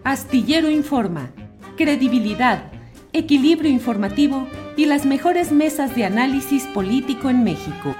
Astillero Informa, credibilidad, equilibrio informativo y las mejores mesas de análisis político en México.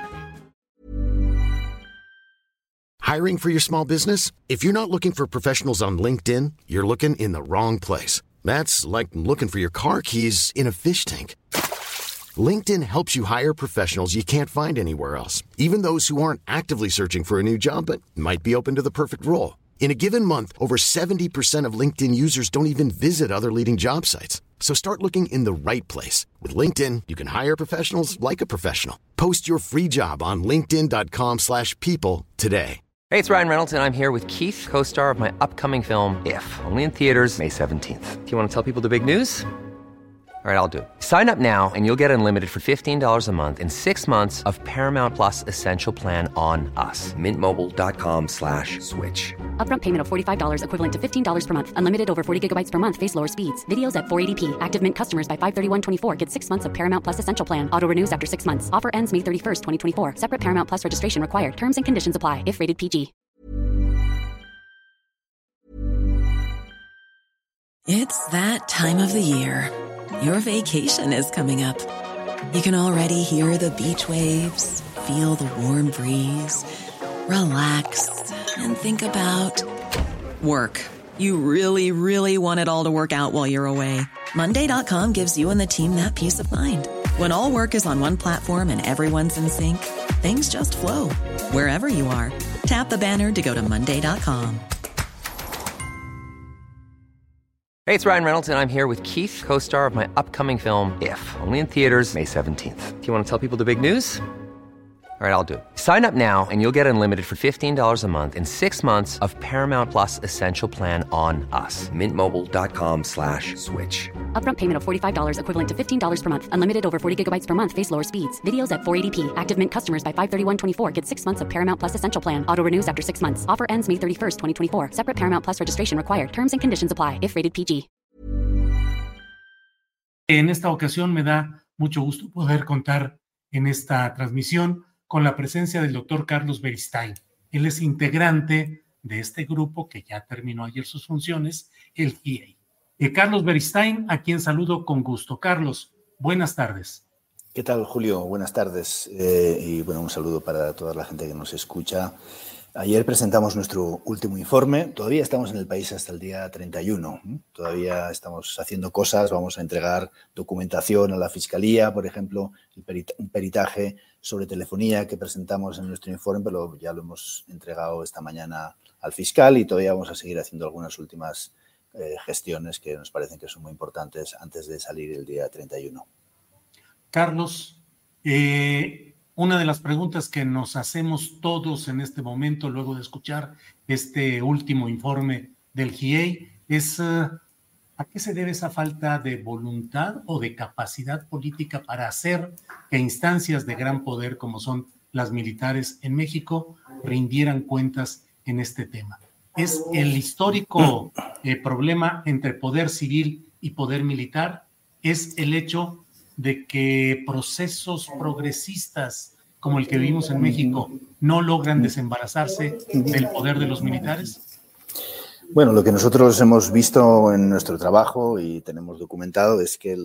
Hiring for your small business? If you're not looking for professionals on LinkedIn, you're looking in the wrong place. That's like looking for your car keys in a fish tank. LinkedIn helps you hire professionals you can't find anywhere else, even those who aren't actively searching for a new job but might be open to the perfect role. In a given month, over 70% of LinkedIn users don't even visit other leading job sites. So start looking in the right place. With LinkedIn, you can hire professionals like a professional. Post your free job on linkedin.com/people today. Hey, it's Ryan Reynolds, and I'm here with Keith, co-star of my upcoming film, If, only in theaters May 17th. Do you want to tell people the big news? All right, I'll do it. Sign up now and you'll get unlimited for $15 a month and 6 months of Paramount Plus Essential Plan on us. MintMobile.com/switch. Upfront payment of $45 equivalent to $15 per month. Unlimited over 40 gigabytes per month. Face lower speeds. Videos at 480p. Active Mint customers by 531.24 get 6 months of Paramount Plus Essential Plan. Auto renews after 6 months. Offer ends May 31st, 2024. Separate Paramount Plus registration required. Terms and conditions apply if rated PG. It's that time of the year. Your vacation is coming up. You can already hear the beach waves, feel the warm breeze, relax, and think about work. You really, really want it all to work out while you're away. Monday.com gives you and the team that peace of mind. When all work is on one platform and everyone's in sync, things just flow. Wherever you are, tap the banner to go to Monday.com. Hey, it's Ryan Reynolds, and I'm here with Keith, co-star of my upcoming film, If, only in theaters May 17th. Do you want to tell people the big news? All right, I'll do it. Sign up now and you'll get unlimited for $15 a month and 6 months of Paramount Plus Essential Plan on us. MintMobile.com/switch. Upfront payment of $45 equivalent to $15 per month. Unlimited over 40 gigabytes per month. Face lower speeds. Videos at 480p. Active Mint customers by 531.24 get 6 months of Paramount Plus Essential Plan. Auto renews after 6 months. Offer ends May 31st, 2024. Separate Paramount Plus registration required. Terms and conditions apply if rated PG. En esta ocasión me da mucho gusto poder contar en esta transmisión con la presencia del doctor Carlos Beristain. Él es integrante de este grupo que ya terminó ayer sus funciones, el GIEI. Carlos Beristain, a quien saludo con gusto. Carlos, buenas tardes. ¿Qué tal, Julio? Buenas tardes. Y bueno, un saludo para toda la gente que nos escucha. Ayer presentamos nuestro último informe. Todavía estamos en el país hasta el día 31. Todavía estamos haciendo cosas. Vamos a entregar documentación a la Fiscalía, por ejemplo, un peritaje sobre telefonía que presentamos en nuestro informe, pero ya lo hemos entregado esta mañana al fiscal y todavía vamos a seguir haciendo algunas últimas gestiones que nos parecen que son muy importantes antes de salir el día 31. Carlos, una de las preguntas que nos hacemos todos en este momento, luego de escuchar este último informe del GIEI, es ¿a qué se debe esa falta de voluntad o de capacidad política para hacer que instancias de gran poder como son las militares en México rindieran cuentas en este tema? ¿Es el histórico problema entre poder civil y poder militar? ¿Es el hecho de que procesos progresistas como el que vivimos en México no logran desembarazarse del poder de los militares? Bueno, lo que nosotros hemos visto en nuestro trabajo y tenemos documentado es que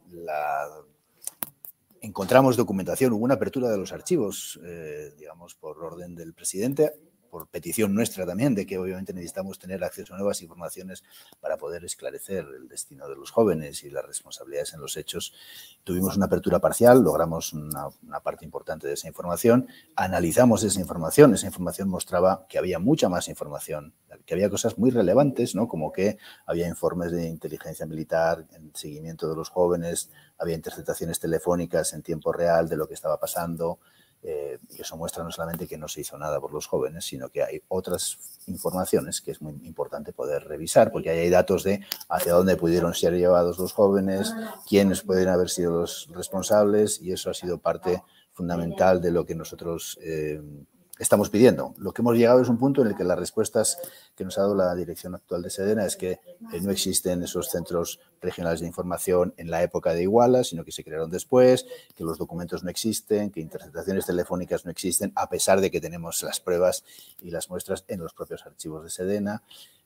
encontramos documentación, hubo una apertura de los archivos, digamos, por orden del presidente, por petición nuestra también, de que obviamente necesitamos tener acceso a nuevas informaciones para poder esclarecer el destino de los jóvenes y las responsabilidades en los hechos. Tuvimos una apertura parcial, logramos una parte importante de esa información, analizamos esa información mostraba que había mucha más información, que había cosas muy relevantes, ¿no? Como que había informes de inteligencia militar en seguimiento de los jóvenes, había interceptaciones telefónicas en tiempo real de lo que estaba pasando. Y eso muestra no solamente que no se hizo nada por los jóvenes, sino que hay otras informaciones que es muy importante poder revisar, porque ahí hay datos de hacia dónde pudieron ser llevados los jóvenes, quiénes pueden haber sido los responsables, y eso ha sido parte fundamental de lo que nosotros estamos pidiendo. Lo que hemos llegado es un punto en el que las respuestas que nos ha dado la dirección actual de Sedena es que no existen esos centros regionales de información en la época de Iguala, sino que se crearon después, que los documentos no existen, que interceptaciones telefónicas no existen, a pesar de que tenemos las pruebas y las muestras en los propios archivos de Sedena.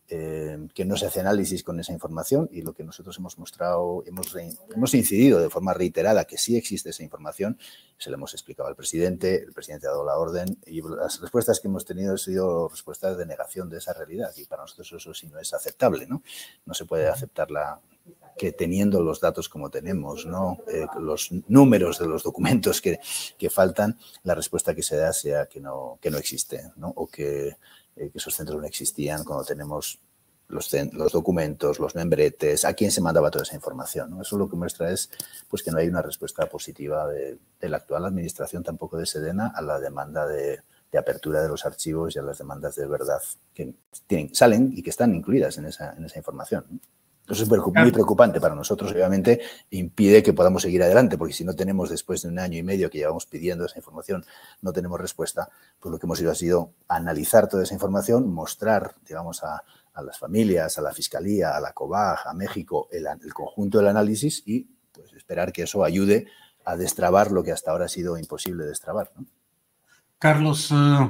que no se hace análisis con esa información, y lo que nosotros hemos mostrado, hemos incidido de forma reiterada que sí existe esa información, se lo hemos explicado al presidente, el presidente ha dado la orden, y las respuestas que hemos tenido han sido respuestas de negación de esa realidad, y para nosotros eso sí no es aceptable, ¿no? No se puede aceptar que teniendo los datos como tenemos, ¿no? Los números de los documentos que faltan, la respuesta que se da sea que no existe, ¿no? O que esos centros no existían cuando tenemos los documentos, los membretes, a quién se mandaba toda esa información, ¿no? Eso lo que muestra es pues, que no hay una respuesta positiva de la actual administración, tampoco de Sedena, a la demanda de apertura de los archivos y a las demandas de verdad que salen y que están incluidas en esa información, ¿no? Eso es muy preocupante para nosotros, obviamente, impide que podamos seguir adelante, porque si no tenemos, después de 1 año y medio que llevamos pidiendo esa información, no tenemos respuesta, pues lo que hemos ido ha sido analizar toda esa información, mostrar, digamos, a las familias, a la Fiscalía, a la COBAG, a México, el conjunto del análisis y pues esperar que eso ayude a destrabar lo que hasta ahora ha sido imposible destrabar, ¿no? Carlos,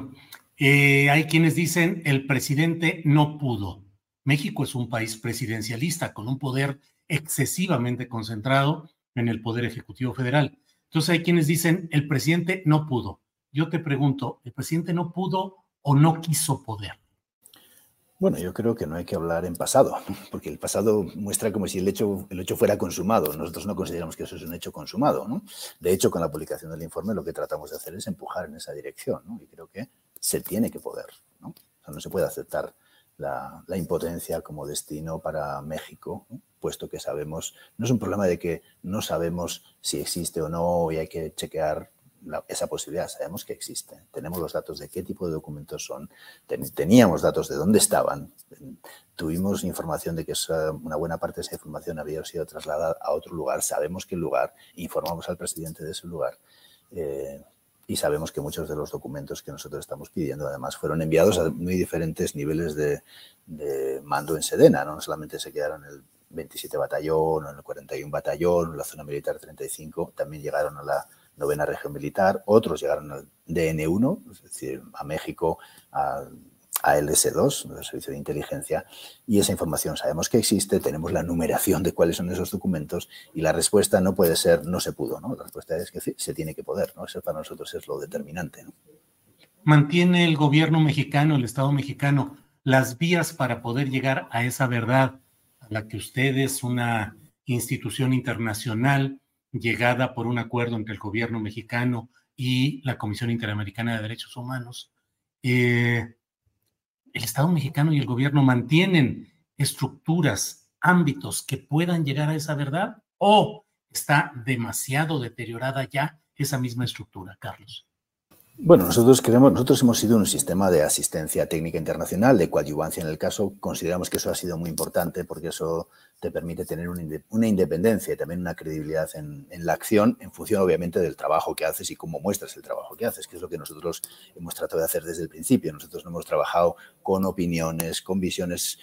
hay quienes dicen el presidente no pudo. México es un país presidencialista con un poder excesivamente concentrado en el Poder Ejecutivo Federal. Entonces hay quienes dicen el presidente no pudo. Yo te pregunto, ¿el presidente no pudo o no quiso poder? Bueno, yo creo que no hay que hablar en pasado, ¿no? Porque el pasado muestra como si el hecho fuera consumado. Nosotros no consideramos que eso es un hecho consumado, ¿no? De hecho, con la publicación del informe lo que tratamos de hacer es empujar en esa dirección, ¿no? Y creo que se tiene que poder, ¿no? O sea, no se puede aceptar la impotencia como destino para México, ¿no? Puesto que sabemos, no es un problema de que no sabemos si existe o no y hay que chequear esa posibilidad, sabemos que existe, tenemos los datos de qué tipo de documentos son, teníamos datos de dónde estaban, tuvimos información de que una buena parte de esa información había sido trasladada a otro lugar, sabemos qué lugar, informamos al presidente de ese lugar, y sabemos que muchos de los documentos que nosotros estamos pidiendo además fueron enviados a muy diferentes niveles de mando en Sedena, no solamente se quedaron en el 27 Batallón o en el 41 Batallón o en la Zona Militar 35, también llegaron a la 9ª Región Militar, otros llegaron al DN1, es decir, a México, a LS2, el Servicio de Inteligencia, y esa información sabemos que existe, tenemos la numeración de cuáles son esos documentos y la respuesta no puede ser no se pudo, ¿no? La respuesta es que sí, se tiene que poder, ¿no? Eso para nosotros es lo determinante, ¿no? ¿Mantiene el gobierno mexicano, el Estado mexicano, las vías para poder llegar a esa verdad a la que ustedes, una institución internacional llegada por un acuerdo entre el gobierno mexicano y la Comisión Interamericana de Derechos Humanos, el Estado mexicano y el gobierno mantienen estructuras, ámbitos que puedan llegar a esa verdad, o está demasiado deteriorada ya esa misma estructura, Carlos? Bueno, nosotros hemos sido un sistema de asistencia técnica internacional, de coadyuvancia en el caso. Consideramos que eso ha sido muy importante porque eso te permite tener una independencia y también una credibilidad en la acción en función, obviamente, del trabajo que haces y cómo muestras el trabajo que haces, que es lo que nosotros hemos tratado de hacer desde el principio. Nosotros no hemos trabajado con opiniones, con visiones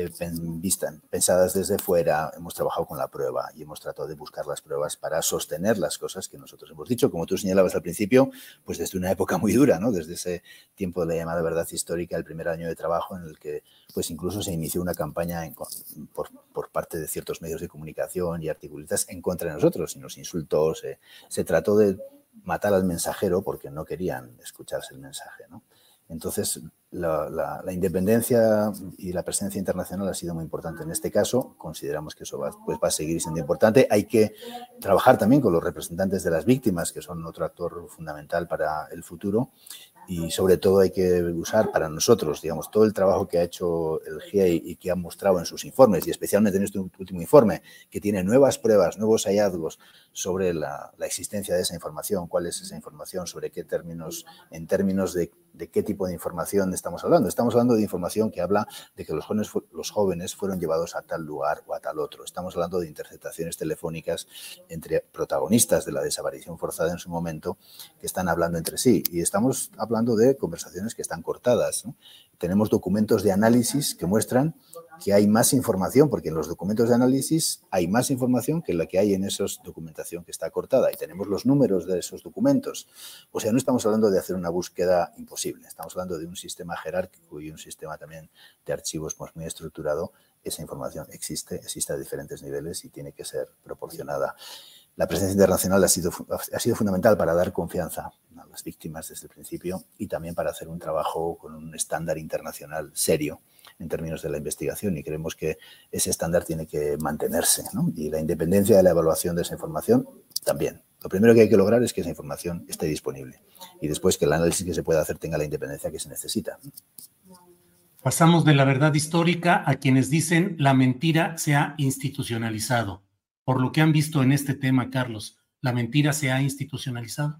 pensadas desde fuera. Hemos trabajado con la prueba y hemos tratado de buscar las pruebas para sostener las cosas que nosotros hemos dicho. Como tú señalabas al principio, pues desde una época muy dura, ¿no? Desde ese tiempo de la llamada verdad histórica, el primer año de trabajo en el que pues incluso se inició una campaña por parte de ciertos medios de comunicación y articulistas en contra de nosotros y nos insultó, se trató de matar al mensajero porque no querían escucharse el mensaje, ¿no? Entonces, la independencia y la presencia internacional ha sido muy importante. En este caso, consideramos que eso va a seguir siendo importante. Hay que trabajar también con los representantes de las víctimas, que son otro actor fundamental para el futuro. Y sobre todo hay que usar para nosotros, digamos, todo el trabajo que ha hecho el GIEI y que ha mostrado en sus informes, y especialmente en este último informe, que tiene nuevas pruebas, nuevos hallazgos sobre la existencia de esa información, cuál es esa información, sobre qué términos, en términos de qué tipo de información estamos hablando. Estamos hablando de información que habla de que los jóvenes fueron llevados a tal lugar o a tal otro. Estamos hablando de interceptaciones telefónicas entre protagonistas de la desaparición forzada en su momento que están hablando entre sí. Y estamos hablando de conversaciones que están cortadas, ¿no? Tenemos documentos de análisis que muestran que hay más información, porque en los documentos de análisis hay más información que la que hay en esa documentación que está cortada. Y tenemos los números de esos documentos. O sea, no estamos hablando de hacer una búsqueda imposible imposible. Estamos hablando de un sistema jerárquico y un sistema también de archivos pues, muy estructurado. Esa información existe a diferentes niveles y tiene que ser proporcionada. La presencia internacional ha sido fundamental para dar confianza a las víctimas desde el principio y también para hacer un trabajo con un estándar internacional serio en términos de la investigación, y creemos que ese estándar tiene que mantenerse, ¿no? Y la independencia de la evaluación de esa información también. Lo primero que hay que lograr es que esa información esté disponible y después que el análisis que se pueda hacer tenga la independencia que se necesita. Pasamos de la verdad histórica a quienes dicen la mentira se ha institucionalizado. Por lo que han visto en este tema, Carlos, ¿la mentira se ha institucionalizado?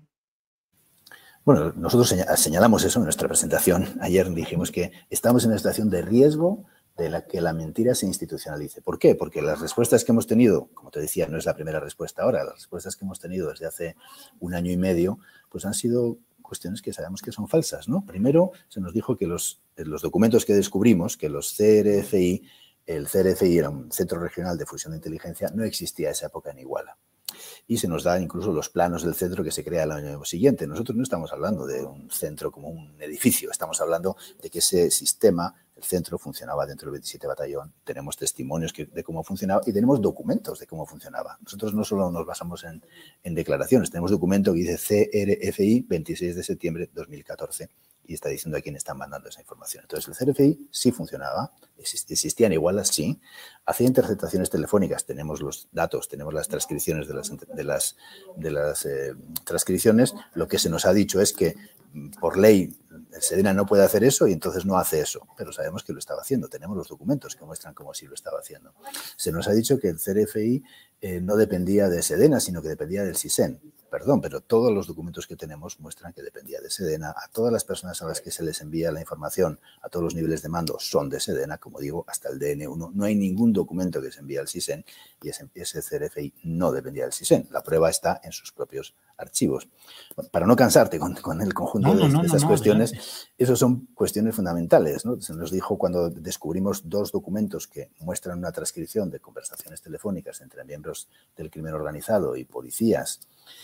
Bueno, nosotros señalamos eso en nuestra presentación. Ayer dijimos que estamos en una situación de riesgo de la que la mentira se institucionalice. ¿Por qué? Porque las respuestas que hemos tenido, como te decía, no es la primera respuesta ahora, las respuestas que hemos tenido desde hace 1 año y medio, pues han sido cuestiones que sabemos que son falsas, ¿no? Primero, se nos dijo que los documentos que descubrimos, que los CRFI, el CRFI era un centro regional de fusión de inteligencia, no existía a esa época en Iguala. Y se nos da incluso los planos del centro que se crea el año siguiente. Nosotros no estamos hablando de un centro como un edificio, estamos hablando de que ese sistema, el centro, funcionaba dentro del 27 Batallón. Tenemos testimonios de cómo funcionaba y tenemos documentos de cómo funcionaba. Nosotros no solo nos basamos en declaraciones, tenemos documento que dice CRFI 26 de septiembre de 2014 y está diciendo a quién están mandando esa información. Entonces, el CRFI sí funcionaba, existían igualas, sí, hacía interceptaciones telefónicas, tenemos los datos, tenemos las transcripciones de las transcripciones. Lo que se nos ha dicho es que por ley el SEDENA no puede hacer eso y entonces no hace eso, pero sabemos que lo estaba haciendo, tenemos los documentos que muestran cómo sí lo estaba haciendo. Se nos ha dicho que el CRFI no dependía de SEDENA, sino que dependía del CISEN. Perdón, pero todos los documentos que tenemos muestran que dependía de SEDENA. A todas las personas a las que se les envía la información, a todos los niveles de mando, son de SEDENA, como digo, hasta el DN1. No hay ningún documento que se envíe al CISEN y ese CRFI no dependía del CISEN. La prueba está en sus propios archivos. Bueno, para no cansarte con el conjunto de esas cuestiones, esas son cuestiones fundamentales, ¿no? Se nos dijo cuando descubrimos 2 documentos que muestran una transcripción de conversaciones telefónicas entre miembros del crimen organizado y policías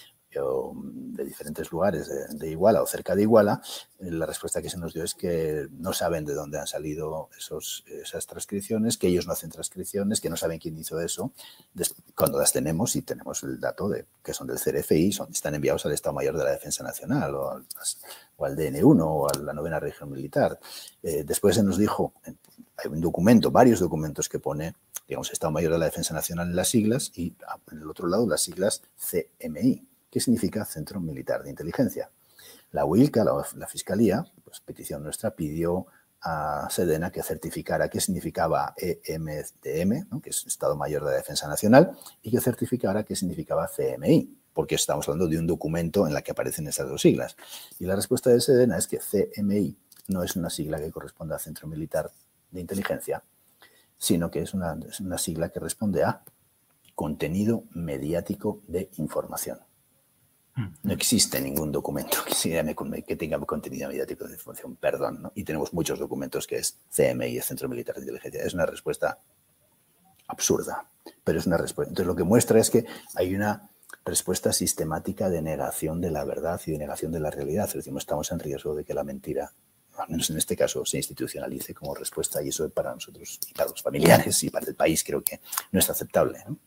de diferentes lugares de Iguala o cerca de Iguala, la respuesta que se nos dio es que no saben de dónde han salido esas transcripciones, que ellos no hacen transcripciones, que no saben quién hizo eso. Cuando las tenemos y tenemos el dato de que son del CRFI, están enviados al Estado Mayor de la Defensa Nacional o al DN1 o a la 9ª Región Militar. Después se nos dijo, hay un documento, varios documentos que pone, digamos, Estado Mayor de la Defensa Nacional en las siglas y en el otro lado las siglas CMI. ¿Qué significa Centro Militar de Inteligencia? La UILCA, la Fiscalía, pues petición nuestra, pidió a SEDENA que certificara qué significaba EMDM, ¿no? Que es Estado Mayor de la Defensa Nacional, y que certificara qué significaba CMI, porque estamos hablando de un documento en la que aparecen esas 2 siglas. Y la respuesta de SEDENA es que CMI no es una sigla que corresponde a Centro Militar de Inteligencia, sino que es una sigla que responde a contenido mediático de información. No existe ningún documento que tenga contenido mediático de información, perdón, ¿no? Y tenemos muchos documentos que es CMI, el Centro Militar de Inteligencia. Es una respuesta absurda, pero es una respuesta. Entonces, lo que muestra es que hay una respuesta sistemática de negación de la verdad y de negación de la realidad. Es decir, estamos en riesgo de que la mentira, al menos en este caso, se institucionalice como respuesta, y eso para nosotros y para los familiares y para el país creo que no es aceptable, ¿no?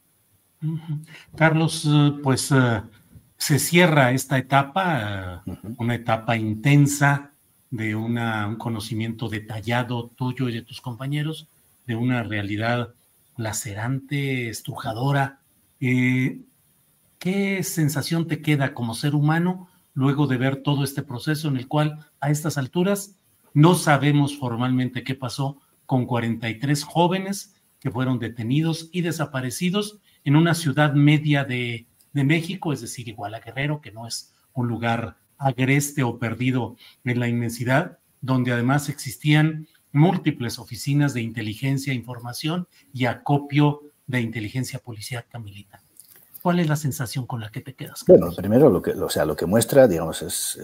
Carlos, pues se cierra esta etapa, una etapa intensa de un conocimiento detallado tuyo y de tus compañeros, de una realidad lacerante, estrujadora. ¿Qué sensación te queda como ser humano luego de ver todo este proceso en el cual a estas alturas no sabemos formalmente qué pasó con 43 jóvenes que fueron detenidos y desaparecidos en una ciudad media de México, es decir, Iguala Guerrero, que no es un lugar agreste o perdido en la inmensidad, donde además existían múltiples oficinas de inteligencia, información y acopio de inteligencia policíaca militar? ¿Cuál es la sensación con la que te quedas? Bueno, primero lo que muestra, digamos, es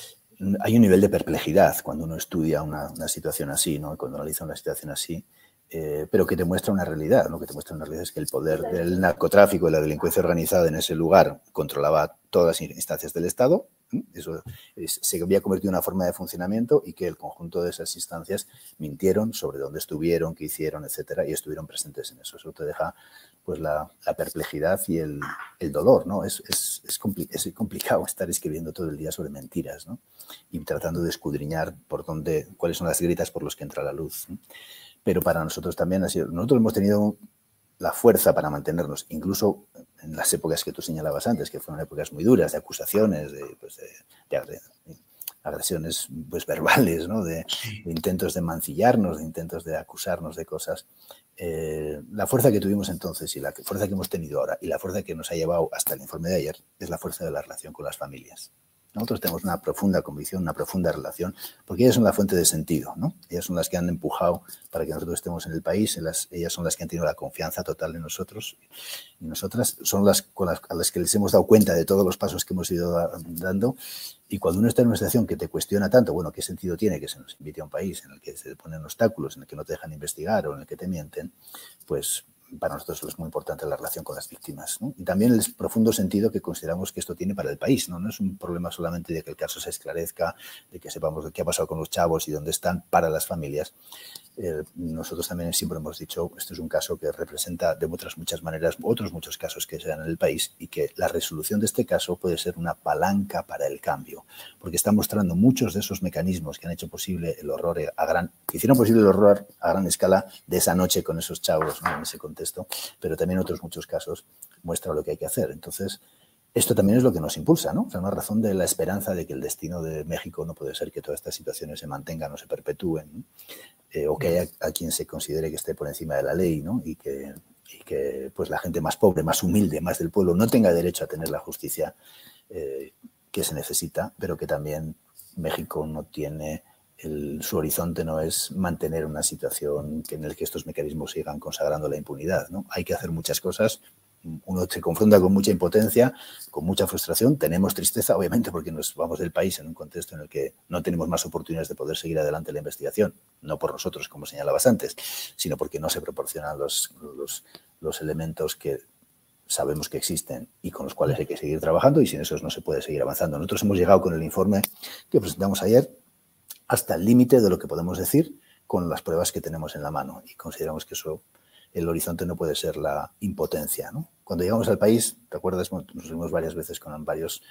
hay un nivel de perplejidad cuando uno estudia una situación así, ¿no? Cuando analiza una situación así, pero que te muestra una realidad. Lo que te muestra una realidad es que el poder del narcotráfico y la delincuencia organizada en ese lugar controlaba todas las instancias del Estado. Eso se había convertido en una forma de funcionamiento y que el conjunto de esas instancias mintieron sobre dónde estuvieron, qué hicieron, etcétera, y estuvieron presentes en eso. Eso te deja pues la perplejidad y el dolor, ¿no? Es complicado estar escribiendo todo el día sobre mentiras, ¿no? Y tratando de escudriñar cuáles son las grietas por las que entra la luz, ¿no? Pero para nosotros también nosotros hemos tenido la fuerza para mantenernos, incluso en las épocas que tú señalabas antes, que fueron épocas muy duras, de acusaciones, de agresiones pues, verbales, ¿no? de intentos de mancillarnos, de intentos de acusarnos de cosas. La fuerza que tuvimos entonces y la fuerza que hemos tenido ahora y la fuerza que nos ha llevado hasta el informe de ayer es la fuerza de la relación con las familias. Nosotros tenemos una profunda convicción, una profunda relación, porque ellas son la fuente de sentido, ¿no? Ellas son las que han empujado para que nosotros estemos en el país, ellas son las que han tenido la confianza total en nosotros y nosotras son a las que les hemos dado cuenta de todos los pasos que hemos ido dando. Y cuando uno está en una situación que te cuestiona tanto, bueno, ¿qué sentido tiene que se nos invite a un país en el que se ponen obstáculos, en el que no te dejan investigar o en el que te mienten? Pues para nosotros es muy importante la relación con las víctimas, ¿no? Y también el profundo sentido que consideramos que esto tiene para el país, ¿no? No es un problema solamente de que el caso se esclarezca, de que sepamos qué ha pasado con los chavos y dónde están para las familias. Nosotros también siempre hemos dicho, esto es un caso que representa de otras muchas maneras otros muchos casos que se dan en el país y que la resolución de este caso puede ser una palanca para el cambio, porque está mostrando muchos de esos mecanismos que han hecho posible el horror que hicieron posible el horror a gran escala de esa noche con esos chavos, ¿no? En ese contexto, pero también otros muchos casos muestra lo que hay que hacer. Entonces, esto también es lo que nos impulsa, ¿no? O sea, una razón de la esperanza de que el destino de México no puede ser que todas estas situaciones se mantengan o se perpetúen, ¿no? O que haya a quien se considere que esté por encima de la ley, ¿no? Y que pues la gente más pobre, más humilde, más del pueblo no tenga derecho a tener la justicia que se necesita, pero que también México no tiene su horizonte no es mantener una situación en la que estos mecanismos sigan consagrando la impunidad, ¿no? Hay que hacer muchas cosas. Uno se confronta con mucha impotencia, con mucha frustración. Tenemos tristeza, obviamente, porque nos vamos del país en un contexto en el que no tenemos más oportunidades de poder seguir adelante la investigación, no por nosotros, como señalabas antes, sino porque no se proporcionan los elementos que sabemos que existen y con los cuales hay que seguir trabajando, y sin esos no se puede seguir avanzando. Nosotros hemos llegado con el informe que presentamos ayer hasta el límite de lo que podemos decir con las pruebas que tenemos en la mano, y consideramos que eso, el horizonte no puede ser la impotencia, ¿no? Cuando llegamos al país, ¿te acuerdas? Nos vimos varias veces con varios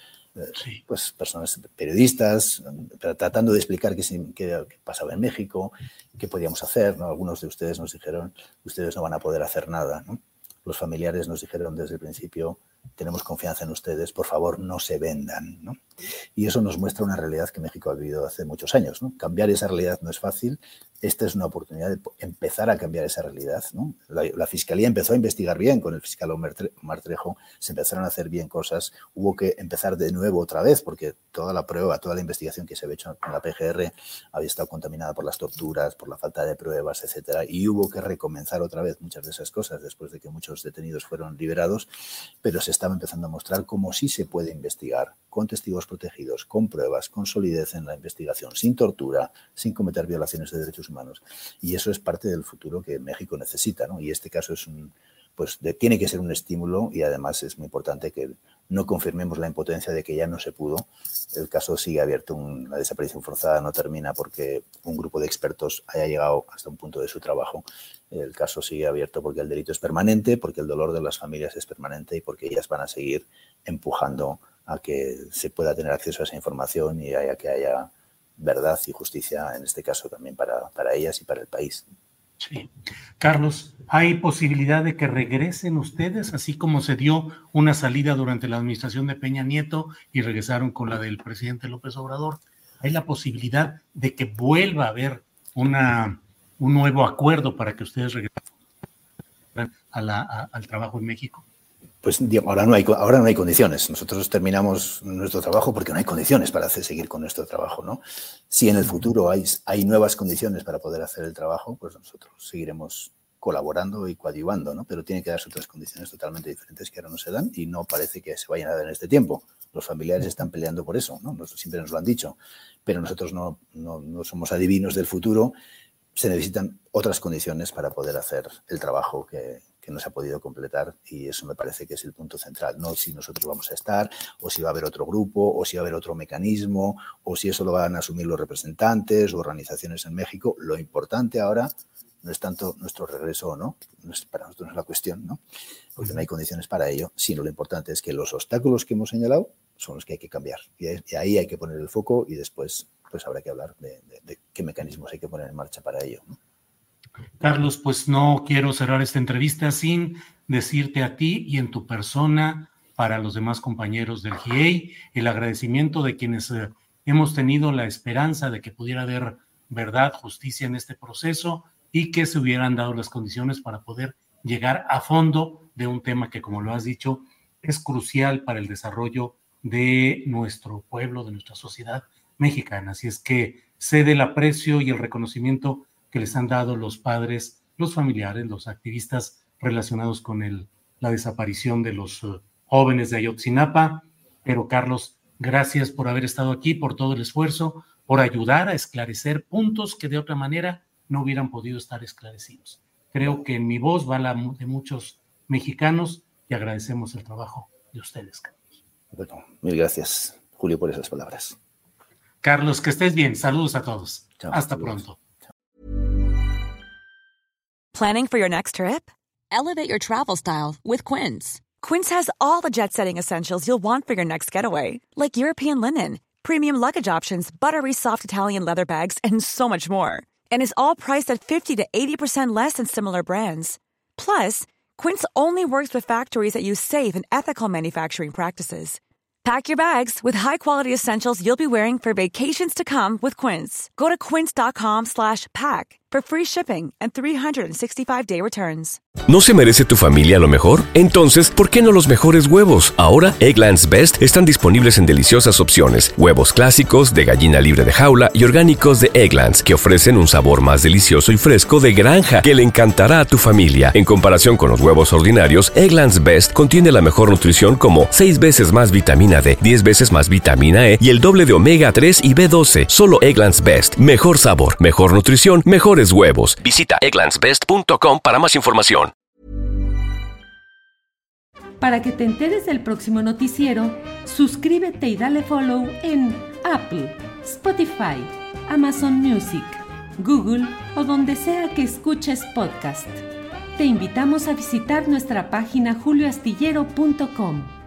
pues, personas, periodistas, tratando de explicar qué pasaba en México, qué podíamos hacer, ¿no? Algunos de ustedes nos dijeron, ustedes no van a poder hacer nada, ¿no? Los familiares nos dijeron desde el principio, tenemos confianza en ustedes, por favor, no se vendan, ¿no? Y eso nos muestra una realidad que México ha vivido hace muchos años, ¿no? Cambiar esa realidad no es fácil. Esta es una oportunidad de empezar a cambiar esa realidad, ¿no? La Fiscalía empezó a investigar bien con el fiscal Omar Trejo, se empezaron a hacer bien cosas, hubo que empezar de nuevo otra vez, porque toda la prueba, toda la investigación que se había hecho con la PGR había estado contaminada por las torturas, por la falta de pruebas, etcétera, y hubo que recomenzar otra vez muchas de esas cosas después de que muchos detenidos fueron liberados, pero se estaba empezando a mostrar cómo sí se puede investigar con testigos protegidos, con pruebas, con solidez en la investigación, sin tortura, sin cometer violaciones de derechos humanos. Y eso es parte del futuro que México necesita, ¿no? Y este caso es tiene que ser un estímulo, y además es muy importante que no confirmemos la impotencia de que ya no se pudo. El caso sigue abierto, la desaparición forzada no termina porque un grupo de expertos haya llegado hasta un punto de su trabajo. El caso sigue abierto porque el delito es permanente, porque el dolor de las familias es permanente y porque ellas van a seguir empujando a que se pueda tener acceso a esa información y que haya verdad y justicia, en este caso también para ellas y para el país. Sí. Carlos, ¿hay posibilidad de que regresen ustedes, así como se dio una salida durante la administración de Peña Nieto y regresaron con la del presidente López Obrador? ¿Hay la posibilidad de que vuelva a haber un nuevo acuerdo para que ustedes regresen al trabajo en México? Pues ahora no hay condiciones. Nosotros terminamos nuestro trabajo porque no hay condiciones para seguir con nuestro trabajo, ¿no? Si en el futuro hay nuevas condiciones para poder hacer el trabajo, pues nosotros seguiremos colaborando y coadyuvando, ¿no? Pero tiene que darse otras condiciones totalmente diferentes que ahora no se dan y no parece que se vayan a dar en este tiempo. Los familiares están peleando por eso, ¿no? Siempre nos lo han dicho, pero nosotros no somos adivinos del futuro. se necesitan otras condiciones para poder hacer el trabajo que no se ha podido completar, y eso me parece que es el punto central. No si nosotros vamos a estar, o si va a haber otro grupo, o si va a haber otro mecanismo, o si eso lo van a asumir los representantes o organizaciones en México. Lo importante ahora no es tanto nuestro regreso o no, para nosotros no es la cuestión, ¿no? Porque no hay condiciones para ello, sino lo importante es que los obstáculos que hemos señalado son los que hay que cambiar. Y ahí hay que poner el foco, y después pues habrá que hablar de qué mecanismos hay que poner en marcha para ello, ¿no? Carlos, pues no quiero cerrar esta entrevista sin decirte a ti y en tu persona, para los demás compañeros del GIEI, el agradecimiento de quienes hemos tenido la esperanza de que pudiera haber verdad, justicia en este proceso y que se hubieran dado las condiciones para poder llegar a fondo de un tema que, como lo has dicho, es crucial para el desarrollo de nuestro pueblo, de nuestra sociedad mexicana. Así es que cede el aprecio y el reconocimiento que les han dado los padres, los familiares, los activistas relacionados con la desaparición de los jóvenes de Ayotzinapa. Pero, Carlos, gracias por haber estado aquí, por todo el esfuerzo, por ayudar a esclarecer puntos que de otra manera no hubieran podido estar esclarecidos. Creo que en mi voz va la de muchos mexicanos y agradecemos el trabajo de ustedes, Carlos. Bueno, mil gracias, Julio, por esas palabras. Carlos, que estés bien. Saludos a todos. Chao, Hasta saludos. pronto. Planning for your next trip? Elevate your travel style with Quince. Quince has all the jet-setting essentials you'll want for your next getaway, like European linen, premium luggage options, buttery soft Italian leather bags, and so much more. And is all priced at 50 to 80% less than similar brands. Plus, Quince only works with factories that use safe and ethical manufacturing practices. Pack your bags with high-quality essentials you'll be wearing for vacations to come with Quince. Go to quince.com/pack for free shipping and 365-day returns. ¿No se merece tu familia lo mejor? Entonces, ¿por qué no los mejores huevos? Ahora, Eggland's Best están disponibles en deliciosas opciones. Huevos clásicos, de gallina libre de jaula y orgánicos de Eggland's, que ofrecen un sabor más delicioso y fresco de granja que le encantará a tu familia. En comparación con los huevos ordinarios, Eggland's Best contiene la mejor nutrición, como 6 veces más vitamina D, 10 veces más vitamina E y el doble de omega 3 y B12. Solo Eggland's Best. Mejor sabor, mejor nutrición, mejores huevos. Visita egglandsbest.com para más información. Para que te enteres del próximo noticiero, suscríbete y dale follow en Apple, Spotify, Amazon Music, Google o donde sea que escuches podcast. Te invitamos a visitar nuestra página julioastillero.com.